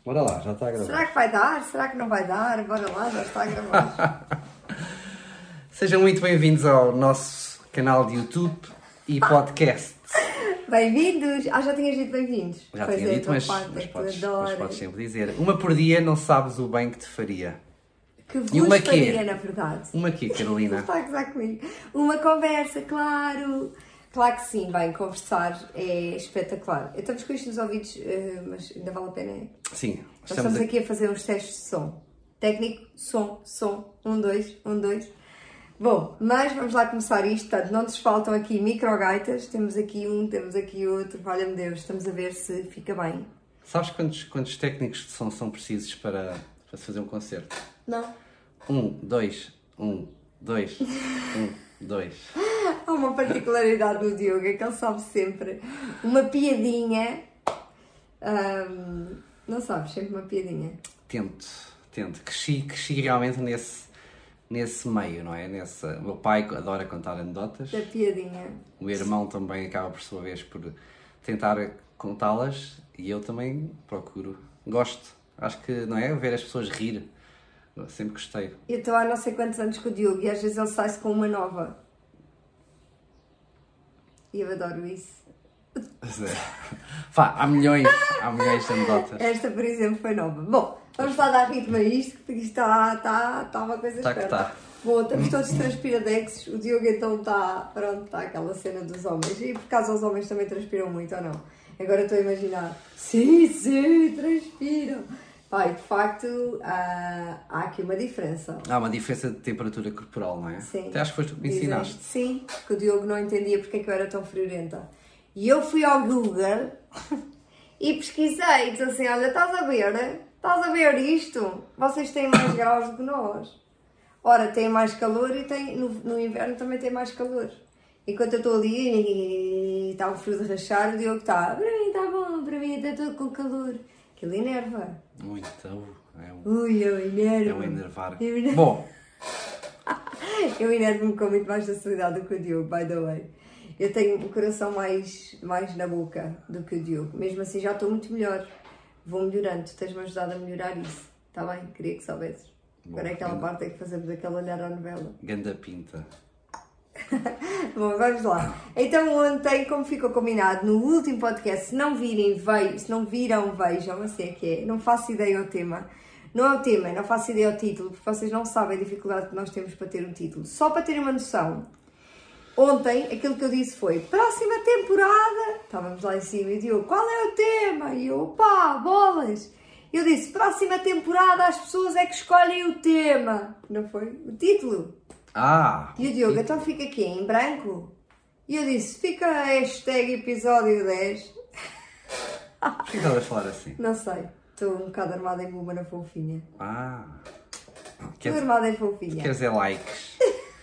Bora lá, já está a gravar. Será que vai dar? Será que não vai dar? Bora lá, já está a gravar. Sejam muito bem-vindos ao nosso canal de YouTube e podcast. Bem-vindos! Já tinhas dito bem-vindos. Já Pois tinha é, dito, mas adoras. podes sempre dizer. Uma por dia não sabes o bem que te faria. Que vos E uma quê? faria, na verdade. Uma aqui, Carolina. Está a gozar comigo. Uma conversa, claro. Claro que sim, bem, conversar é espetacular. Estamos com isto nos ouvidos, mas ainda vale a pena. Sim. Nós estamos aqui a fazer uns testes de som. Técnico, som. 1, 2, 1, 2. Bom, mas vamos lá começar isto. Portanto, não nos faltam aqui microgaitas. Temos aqui um, temos aqui outro. Valha-me Deus, estamos a ver se fica bem. Sabes quantos técnicos de som são precisos para se fazer um concerto? Não? 1, 2, 1, 2, 1, 2. Há uma particularidade do Diogo, é que ele sabe sempre uma piadinha. Não sabes, sempre uma piadinha. Tento. Cresci realmente nesse meio, não é? O meu pai adora contar anedotas. Da piadinha. O meu irmão também acaba, por sua vez, por tentar contá-las e eu também procuro. Gosto. Acho que, não é? Ver as pessoas rir. Eu sempre gostei. Eu estou há não sei quantos anos com o Diogo e às vezes ele sai-se com uma nova. E eu adoro isso. Há milhões de anedotas. Esta, por exemplo, foi nova. Bom, vamos lá dar ritmo a isto, porque isto está uma coisa Tá que esperta. tá. Bom, estamos todos transpiradexes. O Diogo então está aquela cena dos homens. E por acaso os homens também transpiram muito ou não? Agora estou a imaginar. Sim, transpiram. Pai, de facto, há aqui uma diferença. Há uma diferença de temperatura corporal, não é? Sim. Até acho que foste tu que me ensinaste. Sim, que o Diogo não entendia porque é que eu era tão friorenta. E eu fui ao Google e pesquisei, disse assim, olha, estás a ver isto? Vocês têm mais graus do que nós. Ora, têm mais calor e no inverno também tem mais calor. Enquanto eu estou ali e está um frio de rachar, o Diogo está, para mim está bom, para mim até estou com calor. Aquilo enerva. Muito. Eu enervo. É um enervar. Bom. Eu enervo-me com muito mais facilidade do que o Diogo, by the way. Eu tenho o coração mais na boca do que o Diogo. Mesmo assim já estou muito melhor. Vou melhorando. Tu tens-me ajudado a melhorar isso. Está bem? Queria que soubesses. Agora é aquela parte em que fazemos aquele olhar à novela. Ganda pinta. Bom, vamos lá. Então ontem, como ficou combinado no último podcast, se não viram, vejam, assim é que é. Não faço ideia ao tema. Não é o tema, não faço ideia ao título, porque vocês não sabem a dificuldade que nós temos para ter um título. Só para terem uma noção, ontem aquilo que eu disse foi, próxima temporada, estávamos lá em cima e Diogo, qual é o tema? E eu, pá, bolas! Eu disse, próxima temporada as pessoas é que escolhem o tema. Não foi? O título. E o Diogo, então fica aqui em branco? E eu disse, fica a hashtag episódio 10. Por que estavas a falar assim? Não sei, estou um bocado armada em bomba na fofinha. Estou armada em fofinha. Quer dizer likes.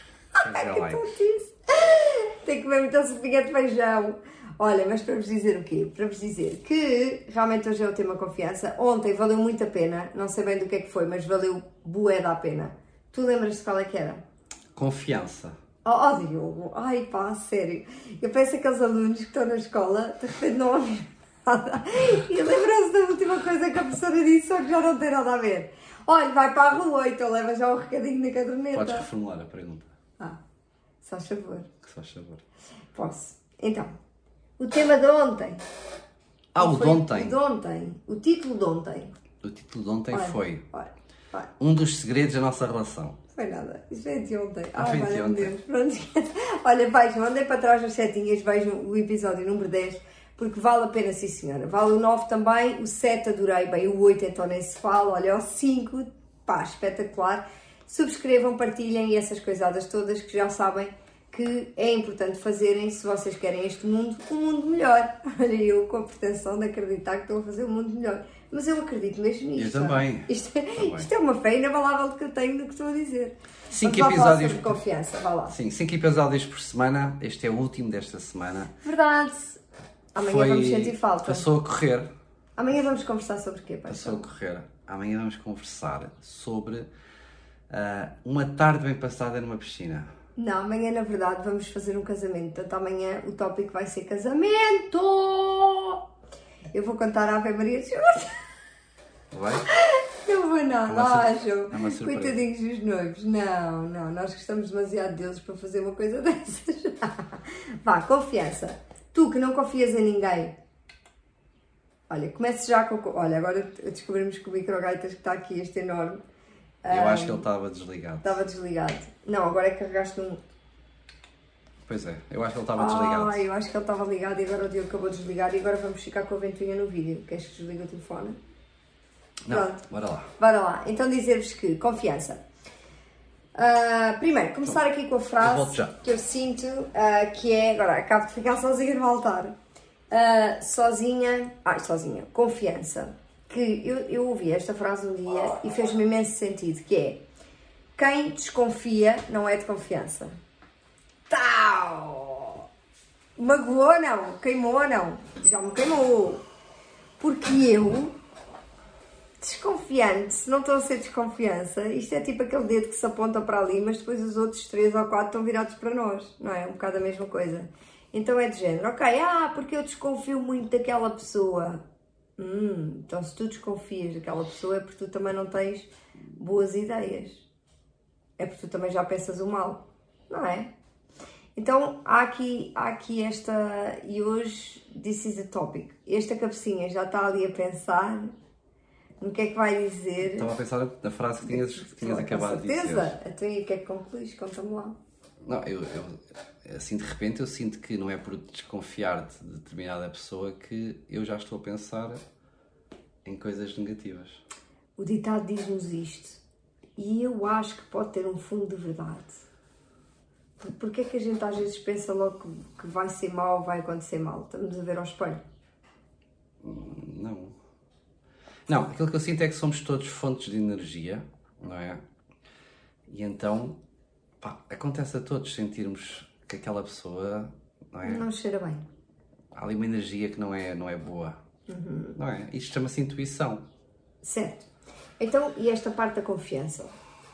Tem que comer muita sopinha de feijão. Olha, mas para vos dizer o quê? Para vos dizer que realmente hoje é o tema confiança. Ontem valeu muito a pena, não sei bem do que é que foi, mas valeu bué da pena. Tu lembras-te qual é que era? Confiança. Oh, Diogo, ai pá, sério. Eu penso aqueles alunos que estão na escola, de repente não ouvem nada. E lembram-se da última coisa que a professora disse, só que já não tem nada a ver. Olha, vai para a rua, então leva já um recadinho na caderneta. Podes reformular a pergunta. Se faz favor. Se faz favor. Posso. Então, o tema de ontem. O de ontem. O de ontem. O título de ontem. O título de ontem foi Olha. Um dos segredos da nossa relação. Foi nada, isso veio de ontem. Foi de meu ontem. Deus, pronto. Olha, vejam, andem para trás nas setinhas, vejam o episódio número 10, porque vale a pena, sim senhora. Vale o 9 também, o 7 adorei, bem, o 8 então nem se fala, olha, o 5, pá, espetacular. Subscrevam, partilhem e essas coisadas todas que já sabem que é importante fazerem se vocês querem este mundo, um mundo melhor. Olha, eu com a pretensão de acreditar que estou a fazer um mundo melhor. Mas eu acredito mesmo nisto. Eu também. Isto é uma fé inabalável que eu tenho do que estou a dizer. 5 Vamos lá falar episódios sobre confiança, vá lá. Sim, 5 episódios por semana. Este é o último desta semana. Verdade. Amanhã vamos sentir falta. Passou a correr. Amanhã vamos conversar sobre o quê, pai? Passou a correr. Amanhã vamos conversar sobre uma tarde bem passada numa piscina. Não, amanhã na verdade vamos fazer um casamento. Portanto, amanhã o tópico vai ser casamento! Eu vou cantar a Ave Maria do Senhor. vai? Não vou nada, acham? É uma surpresa. Coitadinhos dos noivos. Não, nós gostamos demasiado deles para fazer uma coisa dessas. Vá, confiança. Tu que não confias em ninguém. Olha, comece já com... Olha, agora descobrimos que o microgaitas que está aqui, este enorme... Eu acho que ele estava desligado. Estava desligado. Não, agora é que carregaste um... Pois é, eu acho que ele estava desligado. Eu acho que ele estava ligado e agora o Diogo acabou de desligar e agora vamos ficar com a ventoinha no vídeo. Queres que desligue o telefone? Não, Pronto. bora lá. Bora lá. Então dizer-vos que confiança. Primeiro, começar aqui com a Eu frase volto já. que eu sinto, que é... Agora, acabo de ficar sozinha no altar. Sozinha, confiança. Que eu ouvi esta frase um dia e fez-me imenso sentido, que é: quem desconfia não é de confiança. Tau! Magoou não? Queimou não? Já me queimou. Porque eu, desconfiante, se não estou a ser desconfiança, isto é tipo aquele dedo que se aponta para ali, mas depois os outros 3 ou 4 estão virados para nós, não é? Um bocado a mesma coisa. Então é de género, ok, porque eu desconfio muito daquela pessoa. Então se tu desconfias daquela pessoa é porque tu também não tens boas ideias. É porque tu também já pensas o mal, não é? Então há aqui esta... E hoje, this is the topic. Esta cabecinha já está ali a pensar no que é que vai dizer. Estava a pensar na frase que tinhas acabado de dizer. Certeza? Então e o que é que concluís? Conta-me lá. Não, eu assim de repente eu sinto que não é por desconfiar de determinada pessoa que eu já estou a pensar em coisas negativas. O ditado diz-nos isto e eu acho que pode ter um fundo de verdade. Porque é que a gente às vezes pensa logo que vai ser mal, vai acontecer mal? Estamos a ver ao espelho. Não, aquilo que eu sinto é que somos todos fontes de energia, não é? E então, acontece a todos sentirmos que aquela pessoa, não é? Não cheira bem. Há ali uma energia que não é boa, não é? Isto chama-se intuição. Certo. Então, e esta parte da confiança?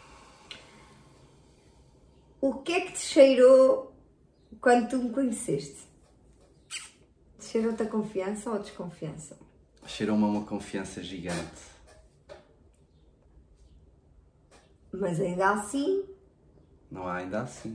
O que é que te cheirou quando tu me conheceste? Cheirou-te a confiança ou a desconfiança? Cheirou-me a uma confiança gigante. Mas ainda assim... Não há ainda assim.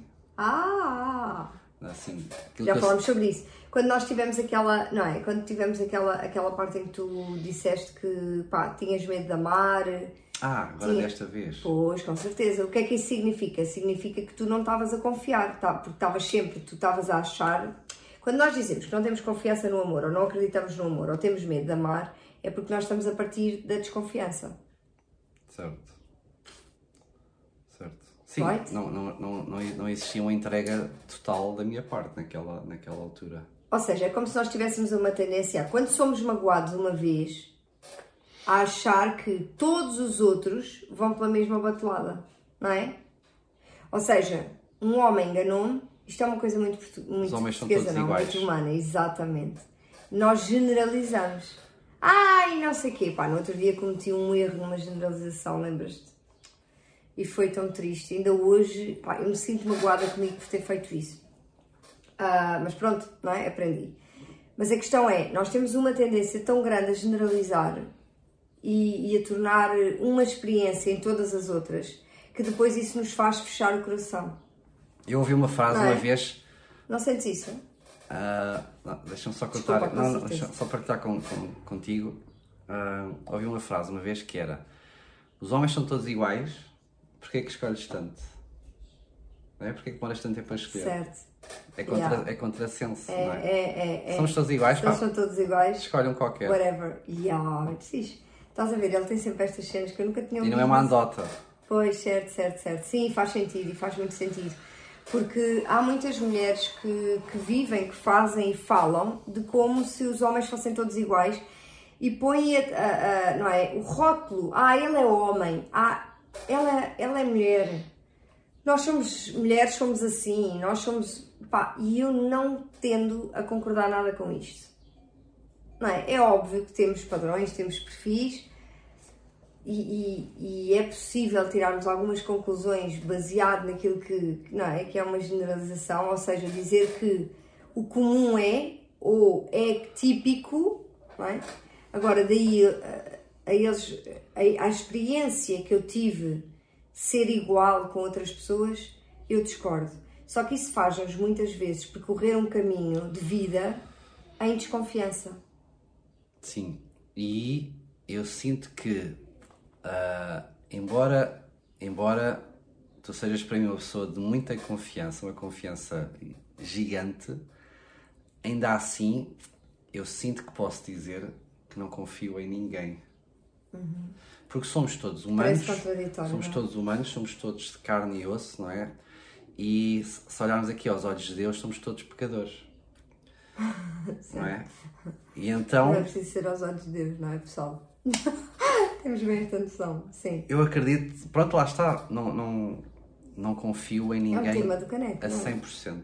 Assim, já falámos sobre isso. Quando nós tivemos aquela... Não é? Quando tivemos aquela parte em que tu disseste que, tinhas medo de amar... agora desta vez. Pois, com certeza. O que é que isso significa? Significa que tu não estavas a confiar, porque tu estavas a achar... Quando nós dizemos que não temos confiança no amor, ou não acreditamos no amor, ou temos medo de amar, é porque nós estamos a partir da desconfiança. Certo. Sim, não existia uma entrega total da minha parte naquela altura. Ou seja, é como se nós tivéssemos uma tendência, quando somos magoados uma vez, a achar que todos os outros vão pela mesma batelada, não é? Ou seja, um homem enganou-me, isto é uma coisa muito os homens são todos iguais. Muito humana, exatamente. Nós generalizamos. Não sei o quê. No outro dia cometi um erro numa generalização, lembras-te? E foi tão triste. Ainda hoje, eu me sinto magoada comigo por ter feito isso. Mas pronto, não é? Aprendi. Mas a questão é, nós temos uma tendência tão grande a generalizar e a tornar uma experiência em todas as outras, que depois isso nos faz fechar o coração. Eu ouvi uma frase uma vez... Não sentes isso? Deixa-me só contar... Desculpa, deixa só partilhar contigo. Ouvi uma frase uma vez que era: os homens são todos iguais, porquê é que escolhes tanto? Não é? Porquê é que demoras tanto tempo a escolher? Certo. É contrassenso, não é? É. Somos todos iguais, são todos iguais. Escolhe um qualquer. Whatever. Estás a ver, ele tem sempre estas cenas que eu nunca tinha ouvido. E não é uma anedota. Pois, certo. Sim, faz sentido e faz muito sentido. Porque há muitas mulheres que vivem, que fazem e falam de como se os homens fossem todos iguais e põem não é, o rótulo. Ele é homem. Ela é mulher. Nós somos mulheres, somos assim. Nós somos... e eu não tendo a concordar nada com isto. Não é? É óbvio que temos padrões, temos perfis e é possível tirarmos algumas conclusões baseado naquilo que é uma generalização, ou seja, dizer que o comum ou é típico, não é? Agora daí a experiência que eu tive ser igual com outras pessoas, eu discordo. Só que isso faz-nos muitas vezes percorrer um caminho de vida em desconfiança. Sim, e eu sinto que, embora tu sejas para mim uma pessoa de muita confiança, uma confiança gigante, ainda assim eu sinto que posso dizer que não confio em ninguém. Porque somos todos humanos, todos humanos, somos todos de carne e osso, não é? E se olharmos aqui aos olhos de Deus, somos todos pecadores. Não é? E então... Não é preciso ser aos olhos de Deus, não é, pessoal? Temos bem esta noção, sim. Eu acredito... Pronto, lá está. Não confio em ninguém. É o tema do caneco, a não é? 100%.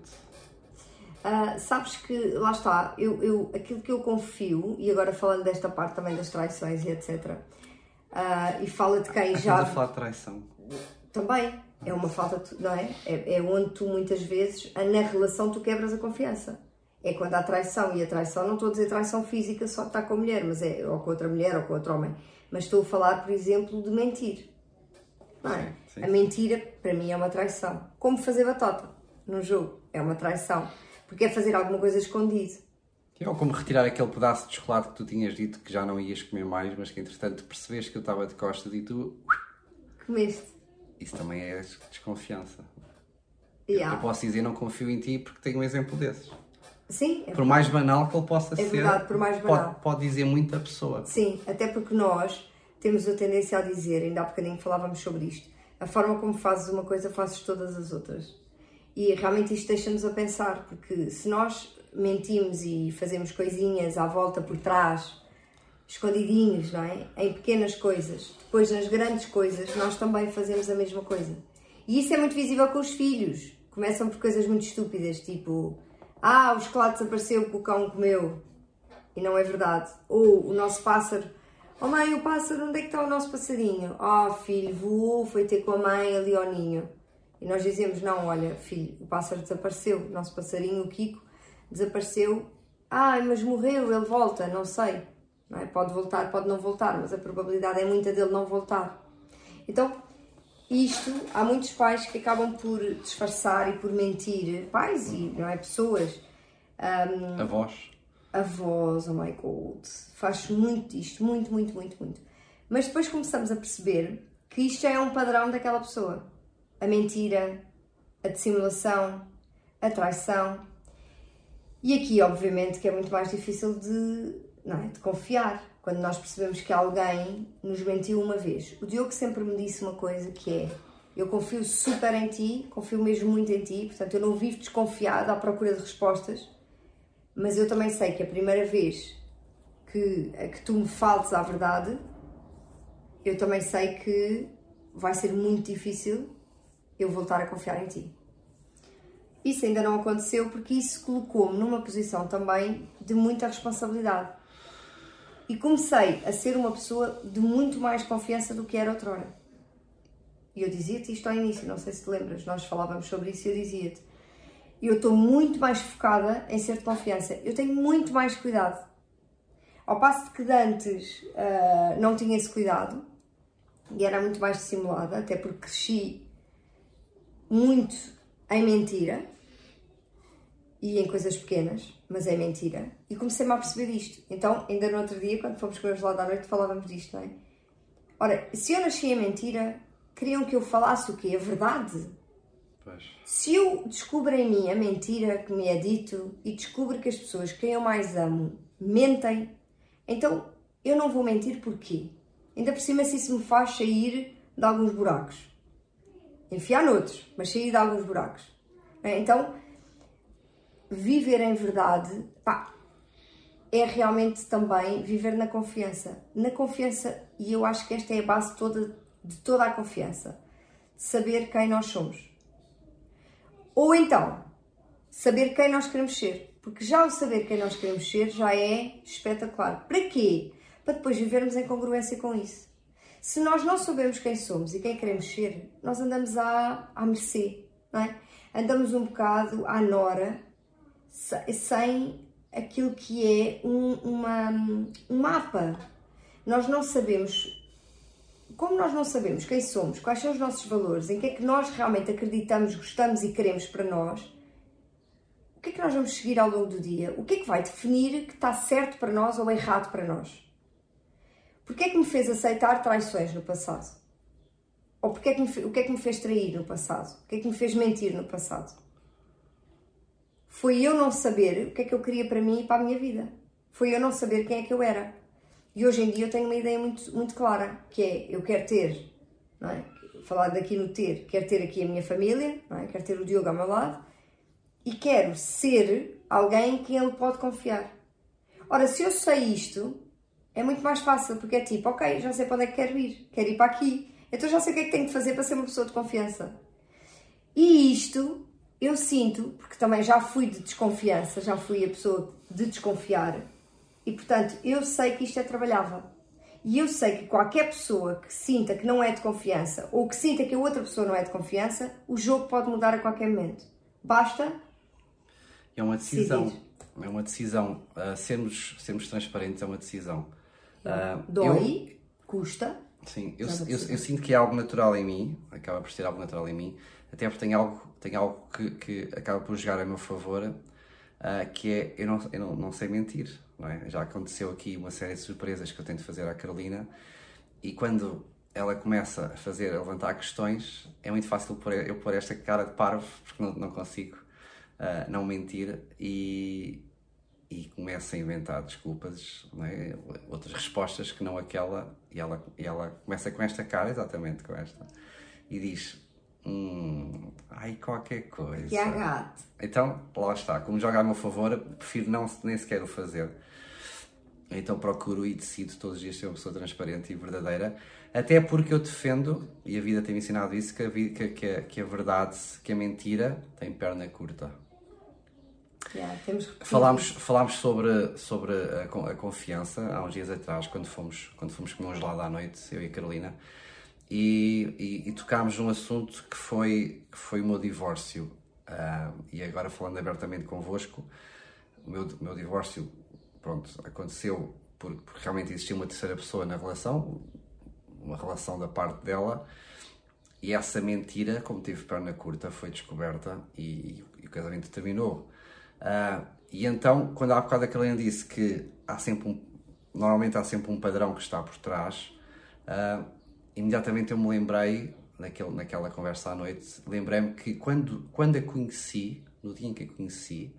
Sabes que, lá está, aquilo que eu confio, e agora falando desta parte também das traições e etc. E fala de quem já... Estás a falar de traição. Também. É uma falta, não é? É onde tu muitas vezes, na relação, tu quebras a confiança. É quando há traição, e a traição, não estou a dizer traição física só que está com a mulher, mas ou com outra mulher ou com outro homem. Mas estou a falar, por exemplo, de mentir. Não é? Sim. A mentira, para mim, é uma traição. Como fazer batota no jogo. É uma traição. Porque é fazer alguma coisa escondido. Ou como retirar aquele pedaço de chocolate que tu tinhas dito que já não ias comer mais, mas que entretanto percebeste que eu estava de costas e tu... Comeste. Isso também é desconfiança. Yeah. Eu posso dizer não confio em ti porque tenho um exemplo desses. Sim, por mais banal que ele possa ser, verdade, por mais banal. Pode dizer muito a pessoa. Sim, até porque nós temos a tendência a dizer, ainda há bocadinho falávamos sobre isto, a forma como fazes uma coisa, fazes todas as outras. E realmente isto deixa-nos a pensar, porque se nós mentimos e fazemos coisinhas à volta por trás, escondidinhos, não é? Em pequenas coisas, depois nas grandes coisas nós também fazemos a mesma coisa. E isso é muito visível com os filhos. Começam por coisas muito estúpidas, tipo... o chocolate desapareceu porque o cão comeu. E não é verdade. Ou o nosso pássaro. Oh mãe, o pássaro, onde é que está o nosso passarinho? Oh filho, voou, foi ter com a mãe ali ao ninho. E nós dizemos, não, olha filho, o pássaro desapareceu. O nosso passarinho, o Kiko, desapareceu. Mas morreu, ele volta, não sei. Não é? Pode voltar, pode não voltar, mas a probabilidade é muita dele não voltar. Então... há muitos pais que acabam por disfarçar e por mentir, pais e não é, pessoas. Avós, oh my God, faz muito isto, muito. Mas depois começamos a perceber que isto já é um padrão daquela pessoa. A mentira, a dissimulação, a traição. E aqui, obviamente, que é muito mais difícil de confiar. Quando nós percebemos que alguém nos mentiu uma vez. O Diogo sempre me disse uma coisa que é: eu confio super em ti, confio mesmo muito em ti, portanto eu não vivo desconfiada à procura de respostas, mas eu também sei que a primeira vez que tu me faltes à verdade, eu também sei que vai ser muito difícil eu voltar a confiar em ti. Isso ainda não aconteceu porque isso colocou-me numa posição também de muita responsabilidade. E comecei a ser uma pessoa de muito mais confiança do que era outrora. E eu dizia-te isto ao início, não sei se te lembras, nós falávamos sobre isso e eu dizia-te. Eu estou muito mais focada em ser de confiança. Eu tenho muito mais cuidado. Ao passo que de antes não tinha esse cuidado e era muito mais dissimulada, até porque cresci muito em mentira e em coisas pequenas, mas é mentira. E comecei-me a perceber isto. Então, ainda no outro dia, quando fomos comer o gelado à noite, falávamos disto, não é? Ora, se eu nasci em mentira, queriam que eu falasse o quê? A verdade? Pois. Se eu descubro em mim a mentira que me é dito e descubro que as pessoas que eu mais amo mentem, então eu não vou mentir porquê? Ainda por cima, se isso me faz sair de alguns buracos. Enfiar noutros, mas sair de alguns buracos. Então... viver em verdade, é realmente também viver na confiança. Na confiança, e eu acho que esta é a base de toda a confiança. Saber quem nós somos. Ou então, saber quem nós queremos ser. Porque já o saber quem nós queremos ser já é espetacular. Para quê? Para depois vivermos em congruência com isso. Se nós não sabemos quem somos e quem queremos ser, nós andamos à mercê, não é? Andamos um bocado à nora, sem aquilo que é um mapa. nós não sabemos, como nós não sabemos quem somos, quais são os nossos valores, em que é que nós realmente acreditamos, gostamos e queremos para nós, o que é que nós vamos seguir ao longo do dia? O que é que vai definir que está certo para nós ou errado para nós? Porquê é que me fez aceitar traições no passado? Ou o que é que me fez trair no passado? O que é que me fez mentir no passado? Foi eu não saber o que é que eu queria para mim e para a minha vida. Foi eu não saber quem é que eu era. E hoje em dia eu tenho uma ideia muito, muito clara, que é, eu quero ter, não é? Falar daqui no ter, quero ter aqui a minha família, não é? Quero ter o Diogo ao meu lado e quero ser alguém em quem ele pode confiar. Ora, se eu sei isto, é muito mais fácil, porque é tipo, ok, já sei para onde é que quero ir para aqui, então já sei o que é que tenho de fazer para ser uma pessoa de confiança. E isto eu sinto, porque também já fui de desconfiança, já fui a pessoa de desconfiar, e portanto eu sei que isto é trabalhável. E eu sei que qualquer pessoa que sinta que não é de confiança, ou que sinta que a outra pessoa não é de confiança, o jogo pode mudar a qualquer momento. Basta É uma decisão. decidir. É uma decisão. Sermos transparentes é uma decisão. Dói, custa. Sim, eu sinto que é algo natural em mim, acaba por ser algo natural em mim, até porque tem algo que acaba por jogar a meu favor, que é, eu não sei mentir, não é? Já aconteceu aqui uma série de surpresas que eu tento fazer à Carolina, e quando ela começa a levantar questões, é muito fácil eu pôr esta cara de parvo, porque não consigo não mentir, e começa a inventar desculpas, não é? Outras respostas que não aquela, e ela começa com esta cara, exatamente com esta, e diz, ai, qualquer coisa. Que é gato. Então, lá está, como joga a meu favor, prefiro nem sequer o fazer. Então procuro e decido todos os dias ser uma pessoa transparente e verdadeira, até porque eu defendo, e a vida tem-me ensinado isso, que a verdade, que a mentira tem perna curta. Falámos sobre a confiança há uns dias atrás, quando fomos comer um gelado à noite, eu e a Carolina, e tocámos num assunto que foi o meu divórcio. E agora, falando abertamente convosco, o meu divórcio, pronto, aconteceu porque realmente existia uma terceira pessoa na relação, uma relação da parte dela, e essa mentira, como teve perna curta, foi descoberta e o casamento terminou. E então, quando há bocado a Carolina disse que normalmente há sempre um padrão que está por trás, imediatamente eu me lembrei, naquela conversa à noite, lembrei-me que quando a conheci, no dia em que a conheci,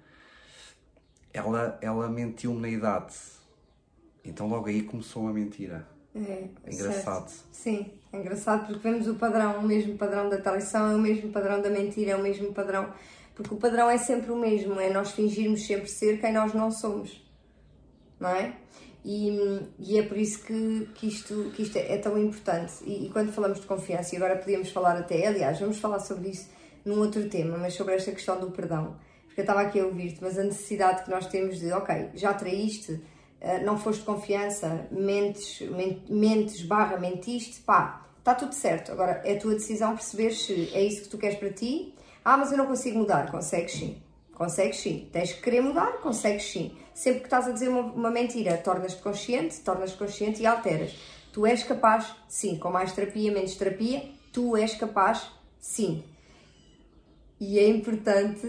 ela mentiu-me na idade. Então logo aí começou uma mentira. É engraçado. Certo. Sim, é engraçado porque vemos o padrão, o mesmo padrão da traição, é o mesmo padrão da mentira, é o mesmo padrão. Porque o padrão é sempre o mesmo, é nós fingirmos sempre ser quem nós não somos. Não é? E é por isso que isto é tão importante. E quando falamos de confiança, e agora podíamos falar até, aliás, vamos falar sobre isso num outro tema, mas sobre esta questão do perdão. Porque eu estava aqui a ouvir-te, mas a necessidade que nós temos de, ok, já traíste, não foste de confiança, mentiste, pá, está tudo certo. Agora é a tua decisão perceber se é isso que tu queres para ti. Mas eu não consigo mudar. Consegues sim. Consegues sim. Tens que querer mudar, consegues sim. Sempre que estás a dizer uma mentira, tornas-te consciente e alteras. Tu és capaz, sim. Com mais terapia, menos terapia, tu és capaz, sim. E é importante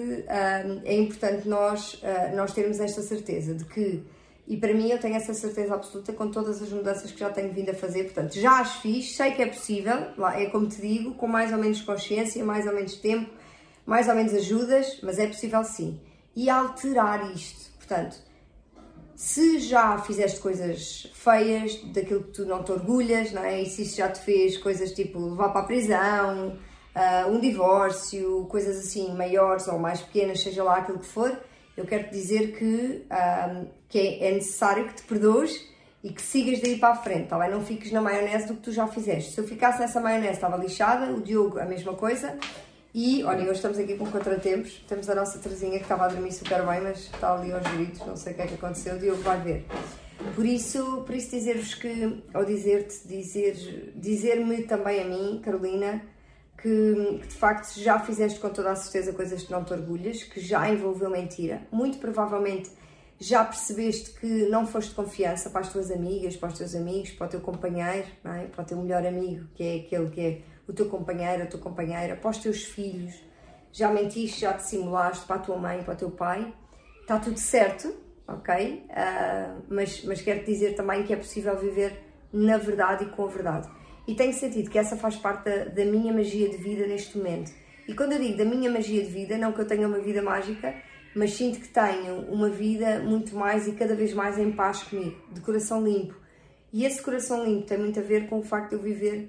nós termos esta certeza de que, e para mim eu tenho essa certeza absoluta com todas as mudanças que já tenho vindo a fazer, portanto já as fiz, sei que é possível, é como te digo, com mais ou menos consciência, mais ou menos tempo, mais ou menos ajudas, mas é possível sim. E alterar isto, portanto, se já fizeste coisas feias, daquilo que tu não te orgulhas, não é? E se isso já te fez coisas tipo levar para a prisão, um divórcio, coisas assim maiores ou mais pequenas, seja lá aquilo que for, eu quero te dizer que é necessário que te perdoes e que sigas daí para a frente, tá bem? Não fiques na maionese do que tu já fizeste. Se eu ficasse nessa maionese estava lixada, o Diogo a mesma coisa. E, olha, hoje estamos aqui com contratempos, temos a nossa Terezinha que estava a dormir super bem, mas está ali aos gritos, não sei o que é que aconteceu, o Diogo vai ver. Por isso dizer-vos que, ou dizer-me também a mim, Carolina, que de facto já fizeste com toda a certeza coisas que não te orgulhas, que já envolveu mentira, muito provavelmente Já percebeste que não foste de confiança para as tuas amigas, para os teus amigos, para o teu companheiro, não é? Para o teu melhor amigo, que é aquele que é o teu companheiro, a tua companheira, para os teus filhos. Já mentiste, já dissimulaste para a tua mãe, para o teu pai. Está tudo certo, ok? Mas quero-te dizer também que é possível viver na verdade e com a verdade. E tenho sentido que essa faz parte da minha magia de vida neste momento. E quando eu digo da minha magia de vida, não que eu tenha uma vida mágica, mas sinto que tenho uma vida muito mais e cada vez mais em paz comigo, de coração limpo. E esse coração limpo tem muito a ver com o facto de eu viver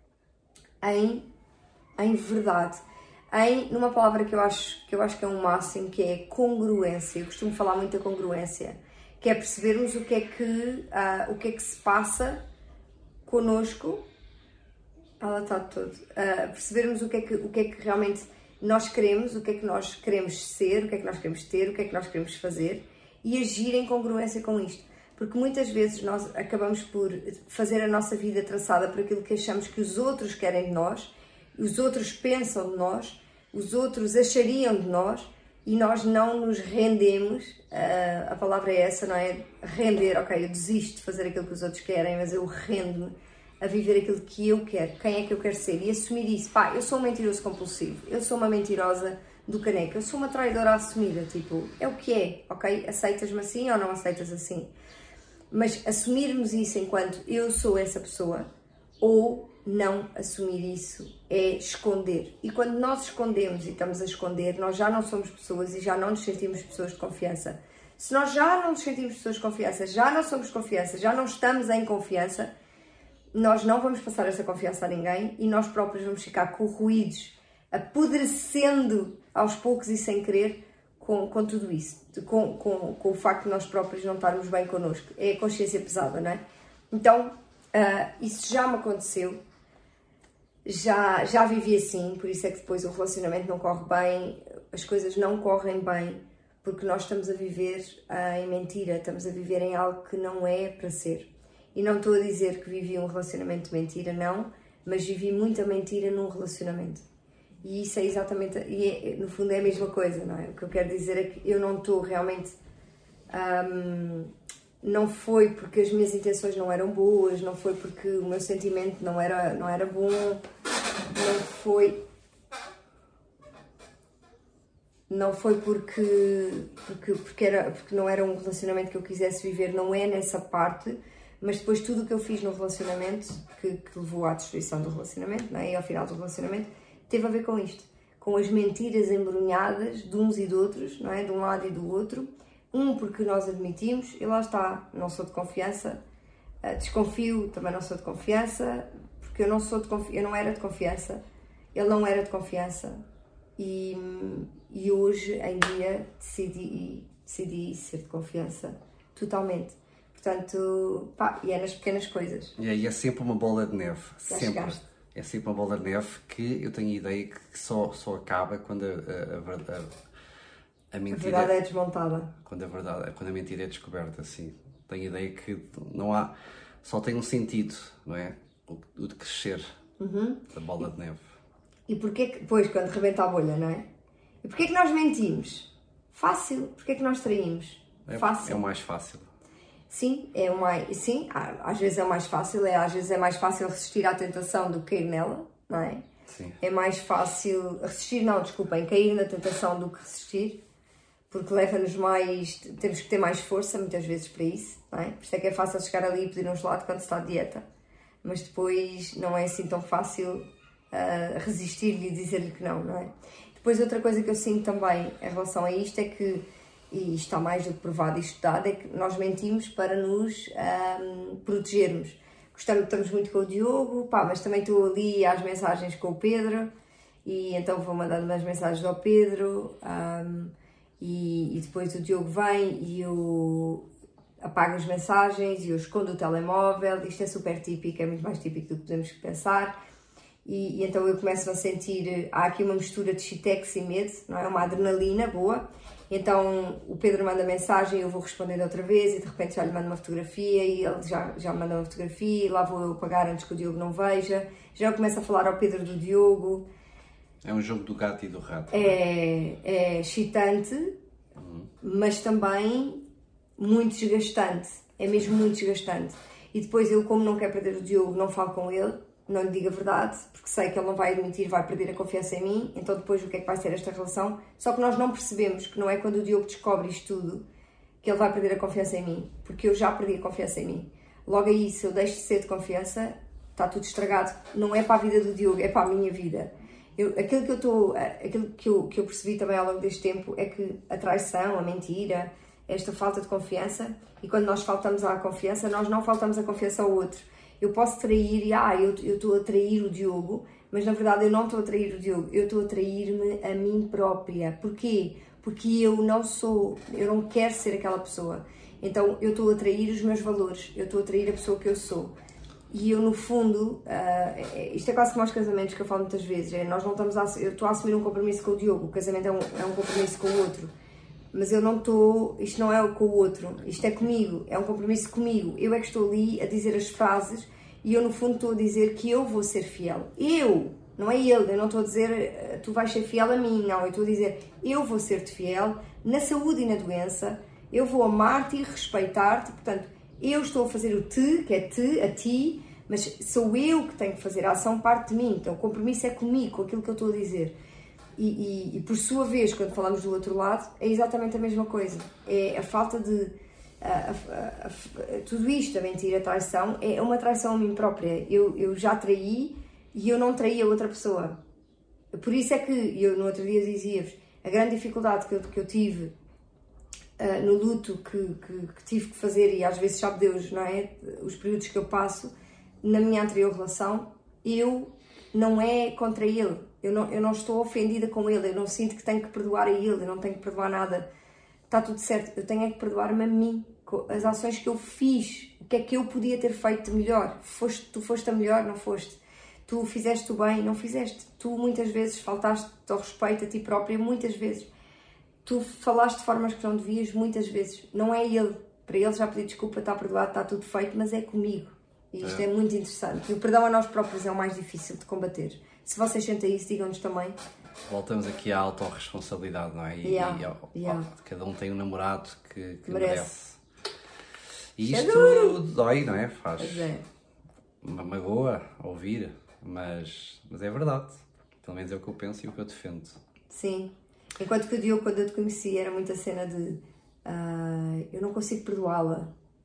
em verdade. Numa palavra que eu acho que é um máximo, que é congruência. Eu costumo falar muito da congruência, que é percebermos o que é que se passa connosco. Ela está todo. Percebermos o que é que realmente nós queremos, o que é que nós queremos ser, o que é que nós queremos ter, o que é que nós queremos fazer e agir em congruência com isto. Porque muitas vezes nós acabamos por fazer a nossa vida traçada por aquilo que achamos que os outros querem de nós, os outros pensam de nós, os outros achariam de nós e nós não nos rendemos. A palavra é essa, não é? Render, ok, eu desisto de fazer aquilo que os outros querem, mas eu rendo-me a viver aquilo que eu quero, quem é que eu quero ser e assumir isso. Pá, eu sou um mentiroso compulsivo, eu sou uma mentirosa do caneco, eu sou uma traidora assumida, tipo, é o que é, ok? Aceitas-me assim ou não aceitas assim? Mas assumirmos isso enquanto eu sou essa pessoa ou não assumir isso é esconder. E quando nós escondemos e estamos a esconder, nós já não somos pessoas e já não nos sentimos pessoas de confiança. Se nós já não nos sentimos pessoas de confiança, já não somos confiança, já não estamos em confiança, nós não vamos passar essa confiança a ninguém e nós próprios vamos ficar corroídos, apodrecendo aos poucos e sem querer com tudo isso, com o facto de nós próprios não estarmos bem connosco. É a consciência pesada, não é? Então, isso já me aconteceu, já vivi assim, por isso é que depois o relacionamento não corre bem, as coisas não correm bem, porque nós estamos a viver em mentira, estamos a viver em algo que não é para ser. E não estou a dizer que vivi um relacionamento de mentira, não, mas vivi muita mentira num relacionamento. E isso é exatamente, no fundo é a mesma coisa, não é? O que eu quero dizer é que eu não estou realmente, não foi porque as minhas intenções não eram boas, não foi porque o meu sentimento não era bom, não foi porque não era um relacionamento que eu quisesse viver, não é nessa parte. Mas depois tudo o que eu fiz no relacionamento, que levou à destruição do relacionamento, não é? E ao final do relacionamento, teve a ver com isto. Com as mentiras embrulhadas de uns e de outros, não é? De um lado e do outro. Porque nós admitimos, e lá está, não sou de confiança. Desconfio, também não sou de confiança, porque eu não era de confiança. Ele não era de confiança. E hoje, em dia, decidi ser de confiança totalmente. Portanto, pá, e é nas pequenas coisas. E aí é sempre uma bola de neve. Sempre. É sempre uma bola de neve que eu tenho a ideia que só acaba quando a mentira... A verdade é desmontada. Quando a mentira é descoberta, sim. Tenho a ideia que não há... Só tem um sentido, não é? O de crescer da bola de neve. E porquê que... Pois, quando rebenta a bolha, não é? E porquê que nós mentimos? Fácil. Porquê que nós traímos? Fácil. É o mais fácil. Sim, às vezes é mais fácil, às vezes é mais fácil resistir à tentação do que cair nela, não é? Sim. É mais fácil cair na tentação do que resistir, porque leva-nos mais, temos que ter mais força muitas vezes para isso, não é? Por isso é que é fácil chegar ali e pedir um gelado quando se está de dieta, mas depois não é assim tão fácil resistir-lhe e dizer-lhe que não é? Depois outra coisa que eu sinto também em relação a isto é que, e isto está mais do que provado e estudado, é que nós mentimos para nos protegermos. Estamos muito com o Diogo, mas também estou ali às mensagens com o Pedro, e então vou mandando umas mensagens ao Pedro, e depois o Diogo vem e eu apago as mensagens e eu escondo o telemóvel. Isto é super típico, é muito mais típico do que podemos pensar. E então eu começo a sentir, há aqui uma mistura de chitex e medo, não é? Uma adrenalina boa. Então o Pedro manda mensagem, eu vou responder outra vez e de repente já lhe mando uma fotografia e ele já me manda uma fotografia e lá vou eu apagar antes que o Diogo não veja. Já eu começo a falar ao Pedro do Diogo. É um jogo do gato e do rato. É excitante, mas também muito desgastante, é mesmo muito desgastante. E depois eu, como não quero perder o Diogo, não falo com ele, não lhe digo a verdade, porque sei que ele não vai admitir, vai perder a confiança em mim, então depois o que é que vai ser esta relação? Só que nós não percebemos que não é quando o Diogo descobre isto tudo que ele vai perder a confiança em mim, porque eu já perdi a confiança em mim. Logo aí, se eu deixo de ser de confiança, está tudo estragado. Não é para a vida do Diogo, é para a minha vida. Aquilo que eu percebi também ao longo deste tempo é que a traição, a mentira, esta falta de confiança, e quando nós faltamos à confiança, nós não faltamos a confiança ao outro. Eu posso trair e eu estou a trair o Diogo, mas na verdade eu não estou a trair o Diogo, eu estou a trair-me a mim própria. Porquê? Porque eu não quero ser aquela pessoa. Então eu estou a trair os meus valores, eu estou a trair a pessoa que eu sou. E eu, no fundo, isto é quase como aos casamentos que eu falo muitas vezes, eu estou a assumir um compromisso com o Diogo, o casamento é um compromisso com o outro, mas eu não estou, isto não é com o outro, isto é comigo, é um compromisso comigo, eu é que estou ali a dizer as frases e eu, no fundo, estou a dizer que eu vou ser fiel, não é ele, eu não estou a dizer tu vais ser fiel a mim, não, eu estou a dizer eu vou ser-te fiel na saúde e na doença, eu vou amar-te e respeitar-te, portanto, eu estou a fazer o te, que é a ti, mas sou eu que tenho que fazer, a ação parte de mim, então o compromisso é comigo, com aquilo que eu estou a dizer. E por sua vez, quando falamos do outro lado, é exatamente a mesma coisa. É a falta de... tudo isto, a mentira, a traição, é uma traição a mim própria. Eu já traí e eu não traí a outra pessoa. Por isso é que eu no outro dia dizia-vos, a grande dificuldade que eu tive no luto que tive que fazer, e às vezes sabe Deus, não é? Os períodos que eu passo na minha anterior relação, não é contra ele, eu não estou ofendida com ele, eu não sinto que tenho que perdoar a ele, eu não tenho que perdoar nada, está tudo certo, eu tenho é que perdoar-me a mim, as ações que eu fiz, o que é que eu podia ter feito de melhor, tu foste a melhor, não foste, tu fizeste o bem, não fizeste, tu muitas vezes faltaste ao respeito a ti própria, muitas vezes. Tu falaste de formas que não devias muitas vezes. Não é ele. Para ele já pedi desculpa, está perdoado, está tudo feito, mas é comigo. E isto é muito interessante. E o perdão a nós próprios é o mais difícil de combater. Se vocês sentem isso, digam-nos também. Voltamos aqui à autorresponsabilidade, não é? Cada um tem um namorado que merece. E isto dói, não é? Faz uma magoa ouvir, mas é verdade. Pelo menos é o que eu penso e o que eu defendo. Sim. Enquanto que o Diogo, quando eu te conheci, era muita cena de eu não consigo perdoá-la,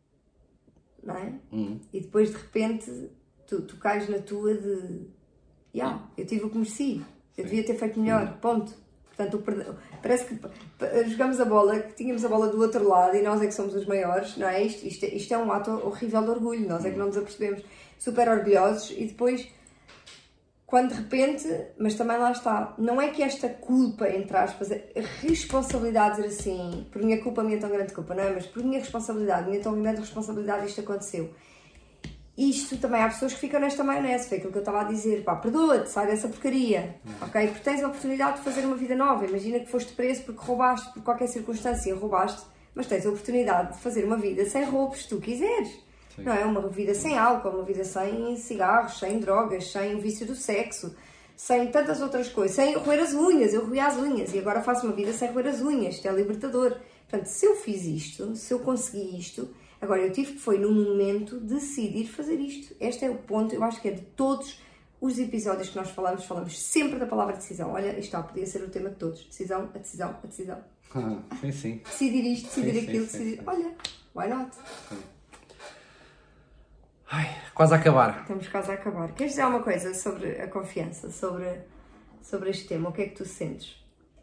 não é? E depois de repente tu cais na tua de eu tive o que mereci, eu devia ter feito melhor, ponto. Portanto, parece que jogamos a bola, que tínhamos a bola do outro lado e nós é que somos os maiores, não é? Isto é um ato horrível de orgulho, nós é que não nos apercebemos, super orgulhosos, e depois quando de repente, mas também lá está, não é que esta culpa, entre aspas, a responsabilidade, dizer assim, por minha culpa, minha tão grande culpa, não é? Mas por minha responsabilidade, minha tão grande responsabilidade, isto aconteceu. Isto também, há pessoas que ficam nesta maionese, foi aquilo que eu estava a dizer, pá, perdoa-te, sai dessa porcaria, ok? Porque tens a oportunidade de fazer uma vida nova, imagina que foste preso porque roubaste, por qualquer circunstância roubaste, mas tens a oportunidade de fazer uma vida sem roubos, se tu quiseres. Sim. Não é? Uma vida sem álcool, uma vida sem cigarros, sem drogas, sem o vício do sexo, sem tantas outras coisas, sem roer as unhas. Eu roía as unhas e agora faço uma vida sem roer as unhas. Isto é libertador. Portanto, se eu fiz isto, se eu consegui isto, agora eu tive que foi no momento decidir fazer isto. Este é o ponto, eu acho que é de todos os episódios que nós falamos sempre da palavra decisão. Olha, isto podia ser o tema de todos. Decisão, a decisão, a decisão. Sim. Decidir isto, decidir aquilo, decidir... Olha, why not? Sim. Ai, quase a acabar. Estamos quase a acabar. Queres dizer alguma coisa sobre a confiança, sobre este tema? O que é que tu sentes?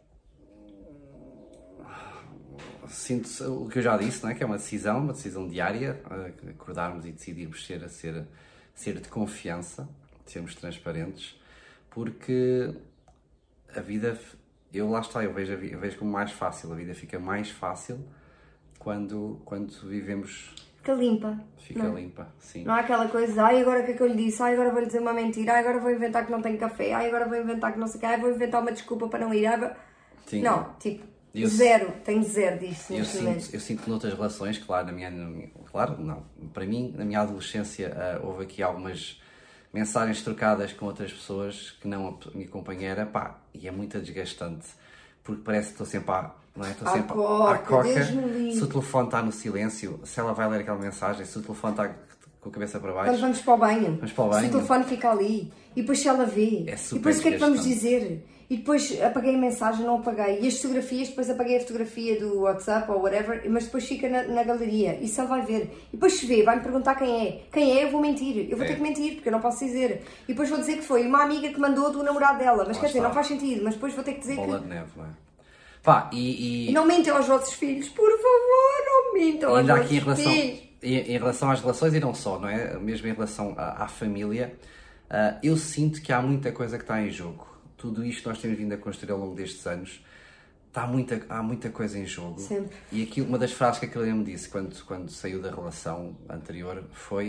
Sinto o que eu já disse, não é? Que é uma decisão diária, acordarmos e decidirmos ser de confiança, sermos transparentes, porque a vida, lá está, eu vejo como mais fácil, a vida fica mais fácil quando vivemos... Fica limpa. Fica limpa, sim. Não há aquela coisa, agora o que é que eu lhe disse? Agora vou-lhe dizer uma mentira, agora vou inventar que não tenho café, agora vou inventar que não sei o quê, vou inventar uma desculpa para não ir. Sim. Não, tipo, tenho zero disso neste momento. Eu sinto que noutras relações, claro, para mim, na minha adolescência, houve aqui algumas mensagens trocadas com outras pessoas que não a minha companheira, e é muito desgastante, porque parece que estou sempre não é? Estou À sempre coca, à coca. Deus-me livre. Se o telefone está no silêncio, se ela vai ler aquela mensagem, se o telefone está com a cabeça para baixo. Quando vamos para o banho. Vamos para o banho. Se o telefone fica ali. E depois se ela vê. É super e depois o que é que vamos desgastante. dizer? E depois apaguei a mensagem, não apaguei. E as fotografias, depois apaguei a fotografia do WhatsApp ou whatever, mas depois fica na galeria. E se ele vai ver. E depois se vê, vai-me perguntar quem é. Quem é, eu vou mentir. Eu vou ter que mentir, porque eu não posso dizer. E depois vou dizer que foi uma amiga que mandou do namorado dela. Mas quer dizer, não faz sentido. Mas depois vou ter que dizer Bola que... de neve, não é? Pá, e Não mentem aos vossos filhos, por favor, não mintam aos ainda vossos aqui filhos. em relação às relações, e não só, não é? Mesmo em relação à família, eu sinto que há muita coisa que está em jogo. Tudo isto que nós temos vindo a construir ao longo destes anos, há muita coisa em jogo. Sempre. E aqui, uma das frases que a Carolina me disse quando saiu da relação anterior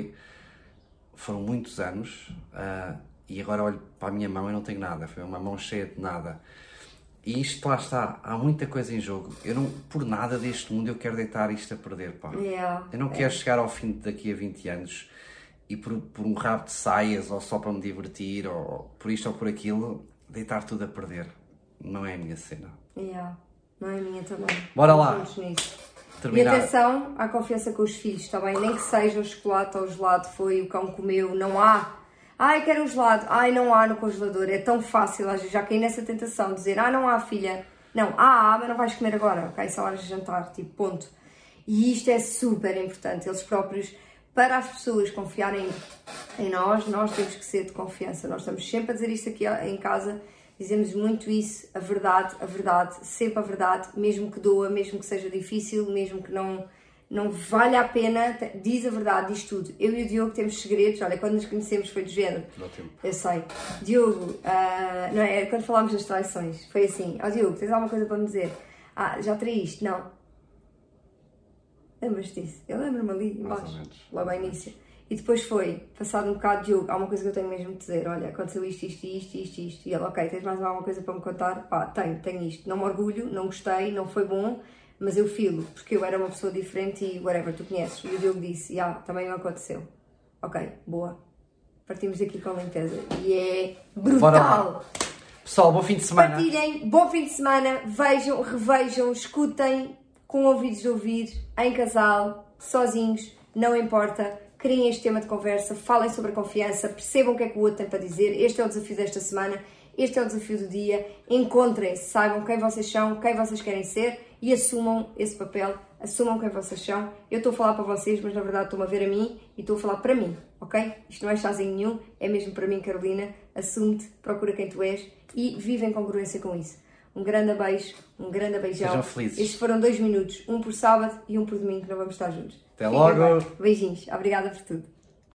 foram muitos anos, e agora olho para a minha mão e não tenho nada, foi uma mão cheia de nada. E isto lá está, há muita coisa em jogo. Eu não, por nada deste mundo, eu quero deitar isto a perder, pá. Eu não quero chegar ao fim daqui a 20 anos e por um rabo de saias, ou só para me divertir, ou por isto ou por aquilo, deitar tudo a perder. Não é a minha cena. Não é a minha também. Bora lá. Vamos nisso. Terminar. E atenção à confiança com os filhos, está bem? Nem que seja o chocolate ou o gelado, foi o cão comeu, não há. Ai, quero um gelado. Ai, não há no congelador. É tão fácil, às vezes já caí nessa tentação de dizer, não há, filha. Não, mas não vais comer agora, ok? São horas de jantar, tipo, ponto. E isto é super importante. Eles próprios, para as pessoas confiarem em nós temos que ser de confiança. Nós estamos sempre a dizer isto aqui em casa, dizemos muito isso, a verdade, sempre a verdade, mesmo que doa, mesmo que seja difícil, mesmo que não vale a pena, diz a verdade, diz tudo. Eu e o Diogo temos segredos, olha, quando nos conhecemos foi do género. Eu sei. Diogo, não é? Quando falámos das traições, foi assim, Diogo, tens alguma coisa para me dizer? Já traíste? Não. Lembras-te disso? Eu lembro-me ali, embaixo, logo ao início. E depois foi, passado um bocado, Diogo, há uma coisa que eu tenho mesmo de dizer, olha, aconteceu isto. E ele, ok, tens mais alguma coisa para me contar? Tenho isto. Não me orgulho, não gostei, não foi bom, mas eu filo, porque eu era uma pessoa diferente e whatever, tu conheces. E o Diogo disse, também me aconteceu. Ok, boa. Partimos aqui com a limpeza. E é brutal! Pessoal, bom fim de semana. Partilhem, bom fim de semana, vejam, revejam, escutem com ouvidos de ouvir, em casal, sozinhos, não importa. Criem este tema de conversa, falem sobre a confiança, percebam o que é que o outro tem para dizer. Este é o desafio desta semana, este é o desafio do dia. Encontrem-se, saibam quem vocês são, quem vocês querem ser e assumam esse papel, assumam quem vocês são. Eu estou a falar para vocês, mas na verdade estou-me a ver a mim e estou a falar para mim, ok? Isto não é chazinho nenhum, é mesmo para mim, Carolina. Assume-te, procura quem tu és e vive em congruência com isso. Um grande beijo, um grande beijão. Sejam felizes. Estes foram 2 minutos, um por sábado e um por domingo, que não vamos estar juntos. Até logo. Beijinhos, obrigada por tudo.